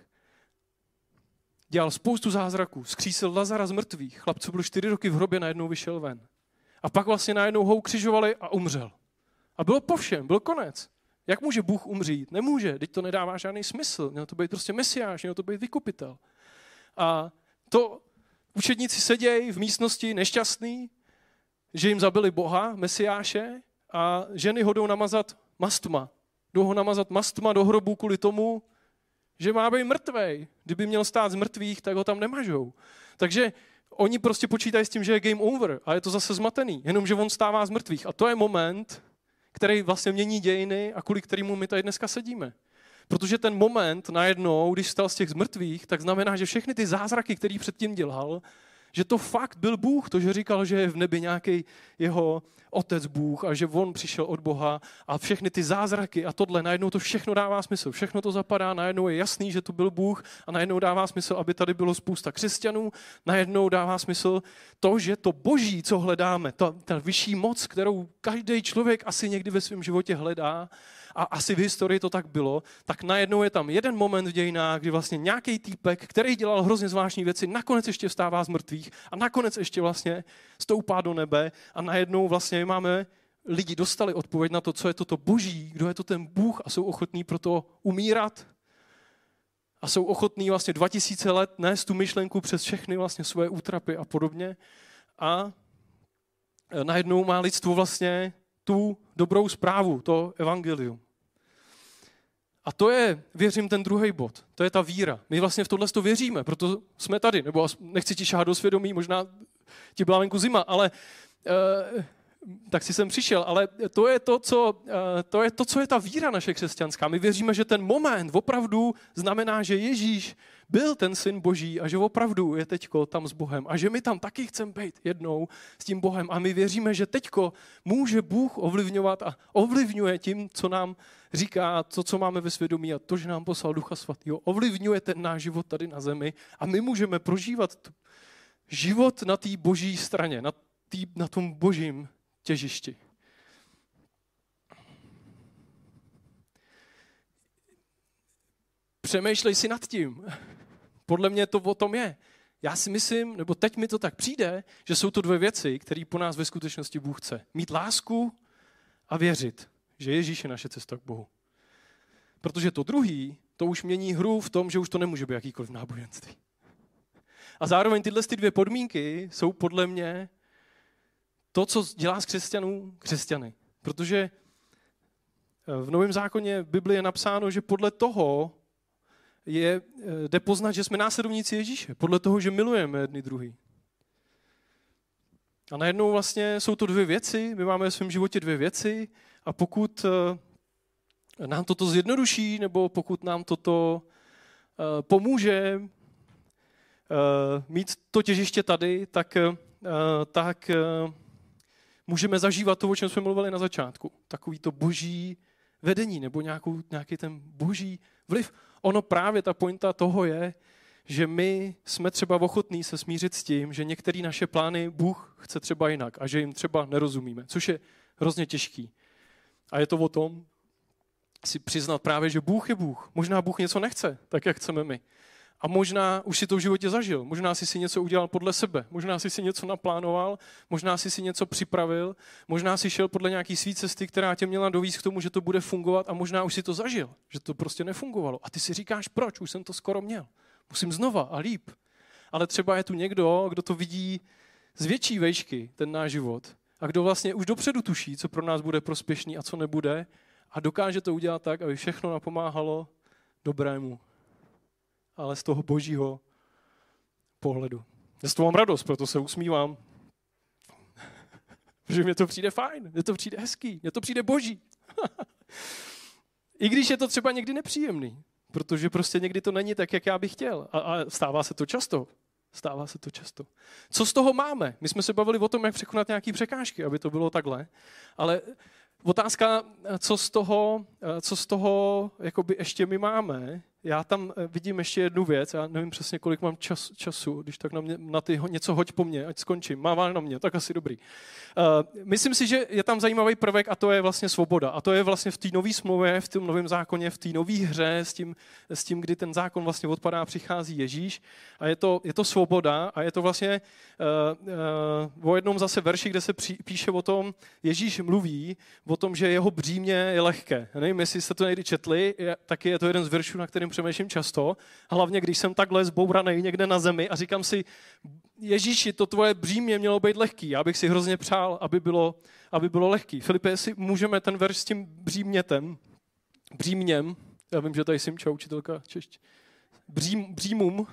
Dělal spoustu zázraků. Zkřísil Lazara z mrtvých. Chlap, co byl 4 roky v hrobě, najednou vyšel ven. A pak vlastně najednou ho ukřižovali a umřel. A bylo po všem, byl konec. Jak může Bůh umřít? Nemůže, teď to nedává žádný smysl. Měl to být prostě mesiáš, měl to být vykupitel. A to učedníci sedějí v místnosti nešťastný, že jim zabili Boha, mesiáše, a ženy ho jdou namazat mastma. Jdou ho namazat mastma do hrobu kvůli tomu, že má být mrtvej. Kdyby měl stát z mrtvých, tak ho tam nemažou. Takže oni prostě počítají s tím, že je game over a je to zase zmatený. Jenomže on stává z mrtvých. A to je moment, který vlastně mění dějiny a kvůli kterému my tady dneska sedíme. Protože ten moment najednou, když vstal z těch zmrtvých, tak znamená, že všechny ty zázraky, který předtím dělal, že to fakt byl Bůh, to, že říkal, že je v nebi nějaký jeho otec Bůh a že on přišel od Boha a všechny ty zázraky a tohle, najednou to všechno dává smysl, všechno to zapadá, najednou je jasný, že to byl Bůh a najednou dává smysl, aby tady bylo spousta křesťanů, najednou dává smysl to, že to Boží, co hledáme, ta vyšší moc, kterou každý člověk asi někdy ve svém životě hledá, a asi v historii to tak bylo, tak najednou je tam jeden moment v dějinách, kdy vlastně nějaký týpek, který dělal hrozně zvláštní věci, nakonec ještě vstává z mrtvých a nakonec ještě vlastně stoupá do nebe a najednou vlastně máme, lidi dostali odpověď na to, co je toto Boží, kdo je to ten Bůh a jsou ochotní pro to umírat a jsou ochotní vlastně 2000 let nést tu myšlenku přes všechny vlastně svoje útrapy a podobně a najednou má lidstvo vlastně tu dobrou zprávu, to evangelium. A to je, věřím, ten druhý bod. To je ta víra. My vlastně v tohle to věříme, proto jsme tady. Nebo nechci ti šáhat do svědomí, možná ti byla venku zima, ale tak si sem přišel. Ale to je to, co je ta víra naše křesťanská. My věříme, že ten moment opravdu znamená, že Ježíš byl ten syn Boží a že opravdu je teďko tam s Bohem a že my tam taky chceme být jednou s tím Bohem a my věříme, že teďko může Bůh ovlivňovat a ovlivňuje tím, co nám říká, to, co máme ve svědomí a to, že nám poslal Ducha Svatého, ovlivňuje ten náš život tady na zemi a my můžeme prožívat život na té Boží straně, na na tom božím těžišti. Přemýšlej si nad tím. Podle mě to o tom je. Já si myslím, nebo teď mi to tak přijde, že jsou to dvě věci, které po nás ve skutečnosti Bůh chce. Mít lásku a věřit, že Ježíš je naše cesta k Bohu. Protože to druhý, to už mění hru v tom, že už to nemůže být jakýkoliv náboženství. A zároveň tyhle dvě podmínky jsou podle mě to, co dělá z křesťanů křesťany. Protože v Novém zákoně v Biblii je napsáno, že podle toho jde poznat, že jsme následovníci Ježíše. Podle toho, že milujeme jedny druhý. A najednou vlastně jsou to dvě věci, my máme ve svém životě dvě věci a pokud nám toto zjednoduší, nebo pokud nám toto pomůže mít to těžiště tady, tak můžeme zažívat to, o čem jsme mluvili na začátku. Takový to boží vedení nebo nějaký ten boží vliv. Ono právě ta pointa toho je, že my jsme třeba ochotní se smířit s tím, že některé naše plány Bůh chce třeba jinak a že jim třeba nerozumíme, což je hrozně těžký. A je to o tom si přiznat právě, že Bůh je Bůh. Možná Bůh něco nechce, tak jak chceme my. A možná už si to v životě zažil, možná si něco udělal podle sebe, možná si něco naplánoval, možná si něco připravil, možná si šel podle nějaký svý cesty, která tě měla dovést k tomu, že to bude fungovat a možná už si to zažil, že to prostě nefungovalo. A ty si říkáš, proč, už jsem to skoro měl. Musím znova a líp. Ale třeba je tu někdo, kdo to vidí z větší vejšky, ten náš život, a kdo vlastně už dopředu tuší, co pro nás bude prospěšný a co nebude a dokáže to udělat tak, aby všechno napomáhalo dobrému. Ale z toho božího pohledu. Já z toho mám radost, proto se usmívám. Protože mně to přijde fajn, mně to přijde hezký, mně to přijde boží. I když je to třeba někdy nepříjemný, protože prostě někdy to není tak, jak já bych chtěl. A stává se to často. Stává se to často. Co z toho máme? My jsme se bavili o tom, jak překonat nějaké překážky, aby to bylo takhle. Ale otázka, co z toho jakoby ještě my máme, já tam vidím ještě jednu věc, já nevím přesně, kolik mám času, když tak na ty něco hoď po mně, ať skončím. Máváš na mě, tak asi dobrý. Myslím si, že je tam zajímavý prvek a to je vlastně svoboda. A to je vlastně v té nové smlouvě, v tom novém zákoně, v té nové hře s tím, kdy ten zákon vlastně odpadá a přichází Ježíš. A je to svoboda a je to vlastně o jednom zase verši, kde se píše o tom, Ježíš mluví o tom, že jeho břímě je lehké. Nevím, jestli jste to někdy četli, taky je to jeden z veršů, na kterým přemýšlím často. Hlavně, když jsem takhle zbouranej někde na zemi a říkám si, Ježíši, to tvoje břímě mělo být lehký. Já bych si hrozně přál, aby bylo lehký. Filipe, jestli můžeme ten verš s tím břímněm, já vím, že tady Simča, učitelka češť, břímum,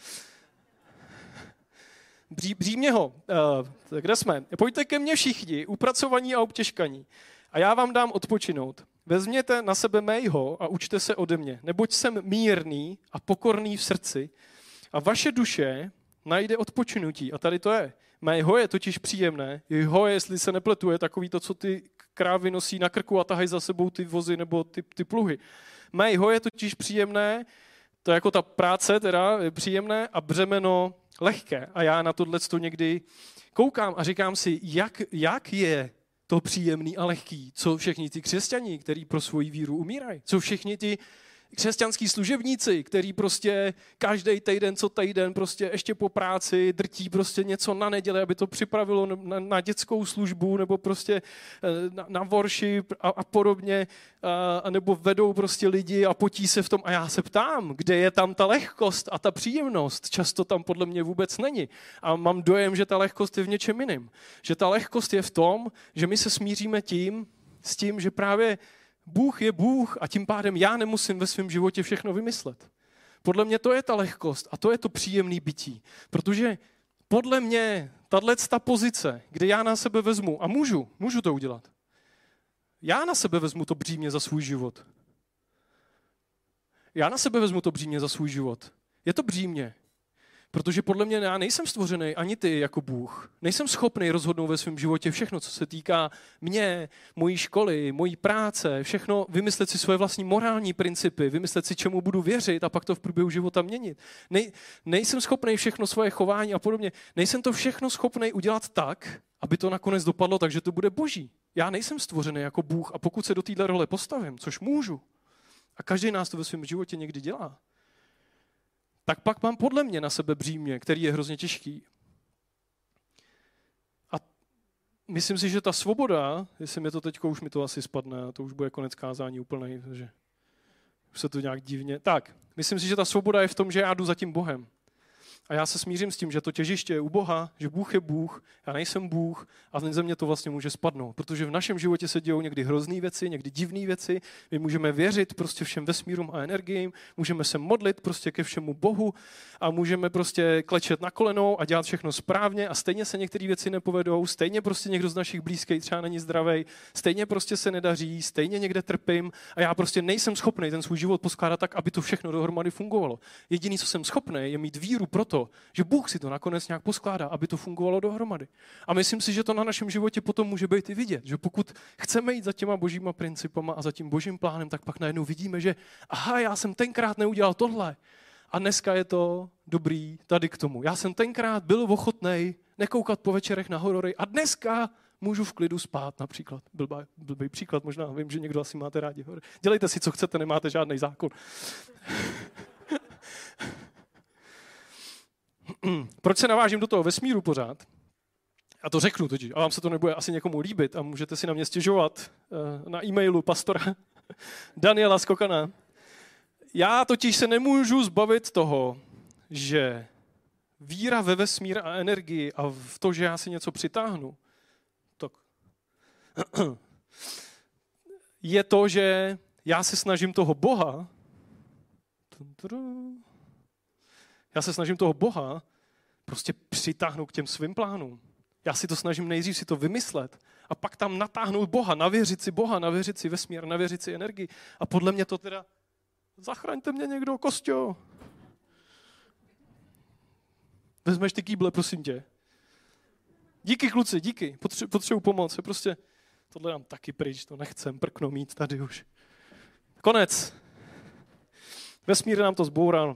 bříměho, kde jsme? Pojďte ke mně všichni, upracovaní a obtěžkaní, a já vám dám odpočinout. Vezměte na sebe mého a učte se ode mě, neboť jsem mírný a pokorný v srdci a vaše duše najde odpočinutí. A tady to je. Mého je totiž příjemné, jeho je, jestli se nepletu, je takový to, co ty krávy nosí na krku a tahají za sebou ty vozy nebo ty pluhy. Mého je totiž příjemné, to je jako ta práce, teda je příjemné a břemeno lehké. A já na tohleto někdy koukám a říkám si, jak je to příjemný a lehký, co všichni ty křesťaní, kteří pro svoji víru umírají, co všichni ty křesťanský služebníci, který prostě každý týden prostě ještě po práci drtí prostě něco na neděli, aby to připravilo na dětskou službu nebo prostě na worship a podobně, a nebo vedou prostě lidi a potí se v tom. A já se ptám, kde je tam ta lehkost a ta příjemnost? Často tam podle mě vůbec není. A mám dojem, že ta lehkost je v něčem jiném. Že ta lehkost je v tom, že my se smíříme s tím, že právě Bůh je Bůh a tím pádem já nemusím ve svém životě všechno vymyslet. Podle mě to je ta lehkost a to je to příjemné bytí. Protože podle mě tato pozice, kde já na sebe vezmu, a můžu to udělat, já na sebe vezmu to břímě za svůj život. Já na sebe vezmu to břímě za svůj život. Je to břímě. Protože podle mě já nejsem stvořený ani ty jako Bůh. Nejsem schopný rozhodnout ve svém životě všechno, co se týká mě, mojí školy, mojí práce, všechno vymyslet si svoje vlastní morální principy, vymyslet si, čemu budu věřit a pak to v průběhu života měnit. Nejsem schopný všechno svoje chování a podobně. Nejsem to všechno schopný udělat tak, aby to nakonec dopadlo tak, že to bude boží. Já nejsem stvořený jako Bůh a pokud se do téhle role postavím, což můžu, a každý nás to ve svém životě někdy dělá, tak pak mám podle mě na sebe břímě, který je hrozně těžký. A myslím si, že ta svoboda, jestli mi to teďko už mi to asi spadne, a to už bude konec kázání úplnej, takže už se to nějak divně. Tak, myslím si, že ta svoboda je v tom, že já jdu za tím Bohem. A já se smířím s tím, že to těžiště je u Boha, že Bůh je Bůh, já nejsem Bůh a ze mě to vlastně může spadnout. Protože v našem životě se dějou někdy hrozný věci, někdy divné věci. My můžeme věřit prostě všem vesmírům a energiím, můžeme se modlit prostě ke všemu Bohu a můžeme prostě klečet na kolenou a dělat všechno správně a stejně se některé věci nepovedou, stejně prostě někdo z našich blízkých třeba není zdravý, stejně prostě se nedaří, stejně někde trpím a já prostě nejsem schopný ten svůj život poskládat tak, aby to všechno dohromady fungovalo. Jediný, co jsem schopný, je mít víru pro to, že Bůh si to nakonec nějak poskládá, aby to fungovalo dohromady. A myslím si, že to na našem životě potom může být i vidět, že pokud chceme jít za těma božíma principama a za tím božím plánem, tak pak najednou vidíme, že aha, já jsem tenkrát neudělal tohle a dneska je to dobrý tady k tomu. Já jsem tenkrát byl ochotnej nekoukat po večerech na horory a dneska můžu v klidu spát například. Blbý příklad, možná vím, že někdo asi máte rádi horory. Dělejte si, co chcete, nemáte žádný zákon. Proč se navážím do toho vesmíru pořád? A to řeknu totiž, a vám se to nebude asi někomu líbit a můžete si na mě stěžovat na e-mailu pastora Daniela Skokana. Já totiž se nemůžu zbavit toho, že víra ve vesmír a energii a v to, že já si něco přitáhnu, tak je to, že já se snažím toho Boha prostě přitáhnout k těm svým plánům. Já si to snažím nejdřív si to vymyslet a pak tam natáhnout Boha, navěřit si vesmír, navěřit si energii. A podle mě to teda, zachraňte mě někdo, Kostyo. Vezmeš ty kýble, prosím tě. Díky, kluci, díky. Potřebuji pomoc. Prostě tohle dám taky pryč, to nechcem prkno mít tady už. Konec. Vesmír nám to zboural.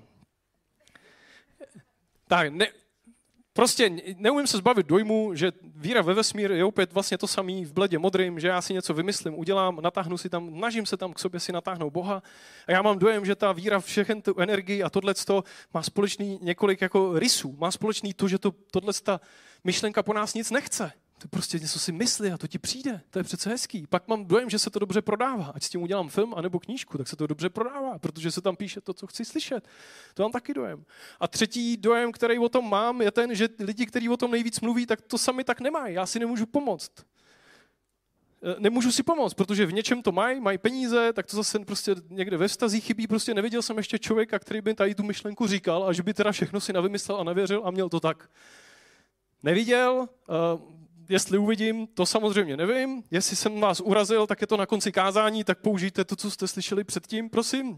Tak, prostě neumím se zbavit dojmu, že víra ve vesmír je opět vlastně to samý v bledě modrým, že já si něco vymyslím, udělám, natáhnu si tam, snažím se tam k sobě si natáhnout Boha a já mám dojem, že ta víra v všechen tu energii a tohleto má společný několik jako rysů. Má společný to, že ta myšlenka po nás nic nechce. To prostě něco si myslí a to ti přijde. To je přece hezký. Pak mám dojem, že se to dobře prodává. Ať s tím udělám film anebo knížku, tak se to dobře prodává, protože se tam píše to, co chci slyšet. To mám taky dojem. A třetí dojem, který o tom mám, je ten, že lidi, kteří o tom nejvíc mluví, tak to sami tak nemají. Já si nemůžu pomoct. Nemůžu si pomoct, protože v něčem to mají peníze, tak to zase prostě někde ve vztazích chybí. Prostě neviděl jsem ještě člověka, který by tady tu myšlenku říkal a že by teda všechno si navymyslel a navěřil a měl to tak. Neviděl. Jestli uvidím, to samozřejmě nevím. Jestli jsem vás urazil, tak je to na konci kázání, tak použijte to, co jste slyšeli předtím, prosím.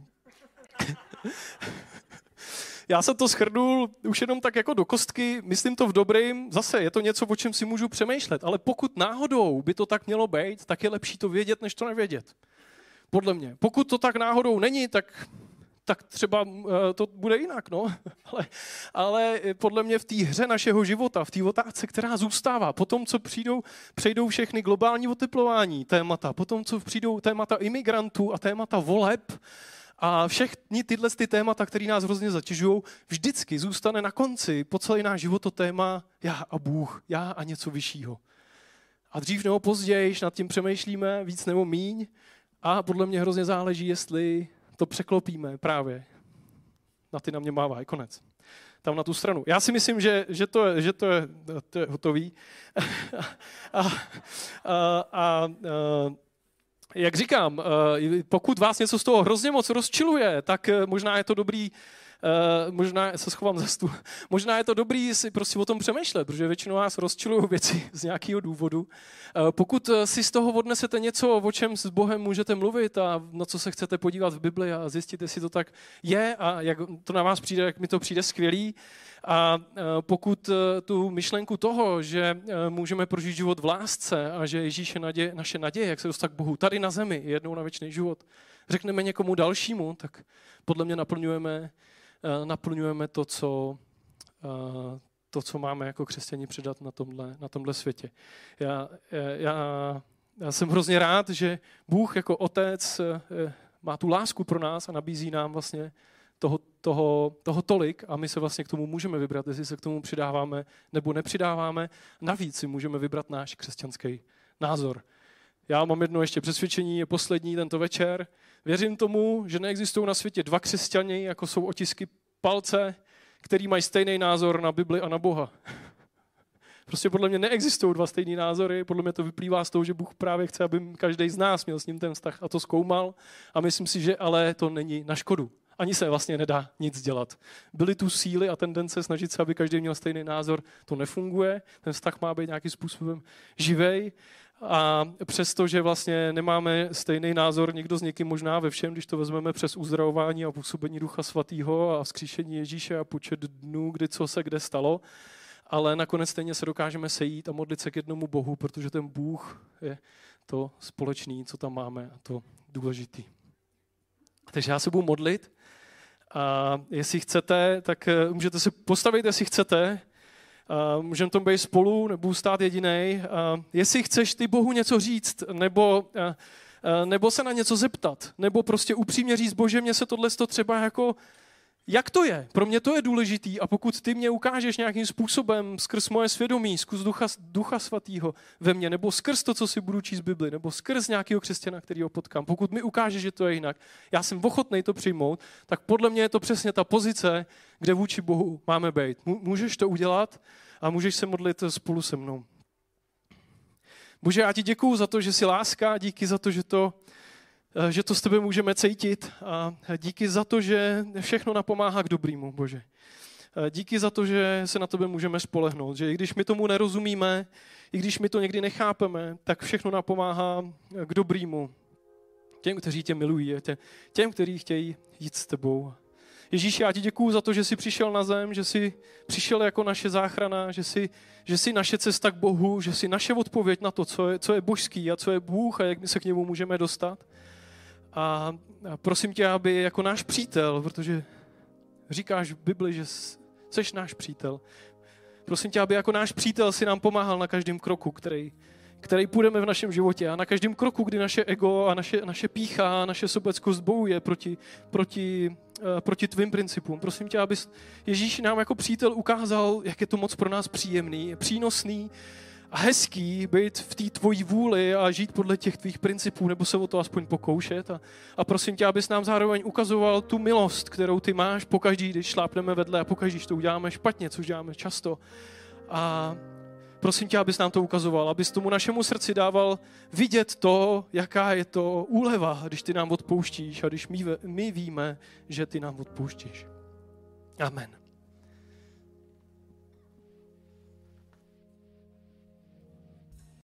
Já jsem to shrnul už jenom tak jako do kostky, myslím to v dobrým, zase je to něco, o čem si můžu přemýšlet, ale pokud náhodou by to tak mělo být, tak je lepší to vědět, než to nevědět. Podle mě. Pokud to tak náhodou není, tak třeba to bude jinak, no. Ale podle mě v té hře našeho života, v té otázce, která zůstává, potom, co přejdou všechny globální oteplování témata, potom, co přijdou témata imigrantů a témata voleb a všechny tyhle témata, které nás hrozně zatěžují, vždycky zůstane na konci po celý náš život to téma já a Bůh, já a něco vyššího. A dřív nebo později nad tím přemýšlíme víc nebo míň a podle mě hrozně záleží, jestli to překlopíme právě. Na ty na mě mává, je konec. Tam na tu stranu. Já si myslím, že to je hotový. Jak říkám, pokud vás něco z toho hrozně moc rozčiluje, tak možná je to dobrý, možná se schovám za stůl, možná je to dobrý si prostě o tom přemýšlet, protože většinou vás rozčilují věci z nějakého důvodu. Pokud si z toho odnesete něco, o čem s Bohem můžete mluvit a na co se chcete podívat v Bibli a zjistit, jestli to tak je a jak to na vás přijde, jak mi to přijde skvělý. A pokud tu myšlenku toho, že můžeme prožít život v lásce a že Ježíš je naše naděje, jak se dostat k Bohu tady na zemi, jednou na věčný život, řekneme někomu dalšímu, tak podle mě naplňujeme to, to, co máme jako křesťani předat na tomhle světě. Já jsem hrozně rád, že Bůh jako otec má tu lásku pro nás a nabízí nám vlastně toho tolik a my se vlastně k tomu můžeme vybrat, jestli se k tomu přidáváme nebo nepřidáváme. Navíc si můžeme vybrat náš křesťanský názor. Já mám jedno ještě přesvědčení, je poslední tento večer. Věřím tomu, že neexistují na světě dva křesťani, jako jsou otisky palce, který mají stejný názor na Bibli a na Boha. Prostě podle mě neexistují dva stejný názory, podle mě to vyplývá z toho, že Bůh právě chce, aby každý z nás měl s ním ten vztah a to zkoumal a myslím si, že ale to není na škodu. Ani se vlastně nedá nic dělat. Byly tu síly a tendence snažit se, aby každý měl stejný názor, to nefunguje, ten vztah má být nějakým způsobem živej a přesto, že vlastně nemáme stejný názor někdo s někým možná ve všem, když to vezmeme přes uzdravování a působení Ducha Svatého a vzkříšení Ježíše a počet dnů, kdy co se kde stalo, ale nakonec stejně se dokážeme sejít a modlit se k jednomu Bohu, protože ten Bůh je to společný, co tam máme a to důležitý. Takže já se budu modlit a jestli chcete, tak můžete se postavit, jestli chcete. Můžeme tomu být spolu, nebo stát jedinej. Jestli chceš ty Bohu něco říct, nebo se na něco zeptat, nebo prostě upřímně říct, Bože, mně se tohle třeba jako, jak to je? Pro mě to je důležitý a pokud ty mě ukážeš nějakým způsobem skrz moje svědomí, skrz Ducha Svatého ve mně, nebo skrz to, co si budu číst Bibli, nebo skrz nějakého křesťana, kterýho potkám, pokud mi ukážeš, že to je jinak, já jsem ochotnej to přijmout, tak podle mě je to přesně ta pozice, kde vůči Bohu máme být. Můžeš to udělat a můžeš se modlit spolu se mnou. Bože, já ti děkuju za to, že jsi láska, díky za to, že to s tebe můžeme cítit a díky za to, že všechno napomáhá k dobrýmu, Bože. Díky za to, že se na tebe můžeme spolehnout, že i když my tomu nerozumíme, i když my to někdy nechápeme, tak všechno napomáhá k dobrýmu. Těm, kteří tě milují, těm, kteří chtějí jít s tebou. Ježíši, já ti děkuju za to, že jsi přišel na zem, že jsi přišel jako naše záchrana, že jsi naše cesta k Bohu, že jsi naše odpověď na to, co je božský a co je Bůh a jak my se k němu můžeme dostat. A prosím tě, aby jako náš přítel, protože říkáš v Bibli, že jsi náš přítel, prosím tě, aby jako náš přítel si nám pomáhal na každém kroku, který půjdeme v našem životě a na každém kroku, kdy naše ego a naše pýcha a naše sobeckost bojuje proti tvým principům. Prosím tě, abys Ježíš nám jako přítel ukázal, jak je to moc pro nás příjemný, přínosný a hezký být v té tvojí vůli a žít podle těch tvých principů, nebo se o to aspoň pokoušet. A prosím tě, abys nám zároveň ukazoval tu milost, kterou ty máš pokaždý, když šlápneme vedle a pokaždý, když to uděláme špatně, což děláme často. A prosím tě, abys nám to ukazoval, abys tomu našemu srdci dával vidět to, jaká je to úleva, když ty nám odpouštíš a když my víme, že ty nám odpouštíš. Amen.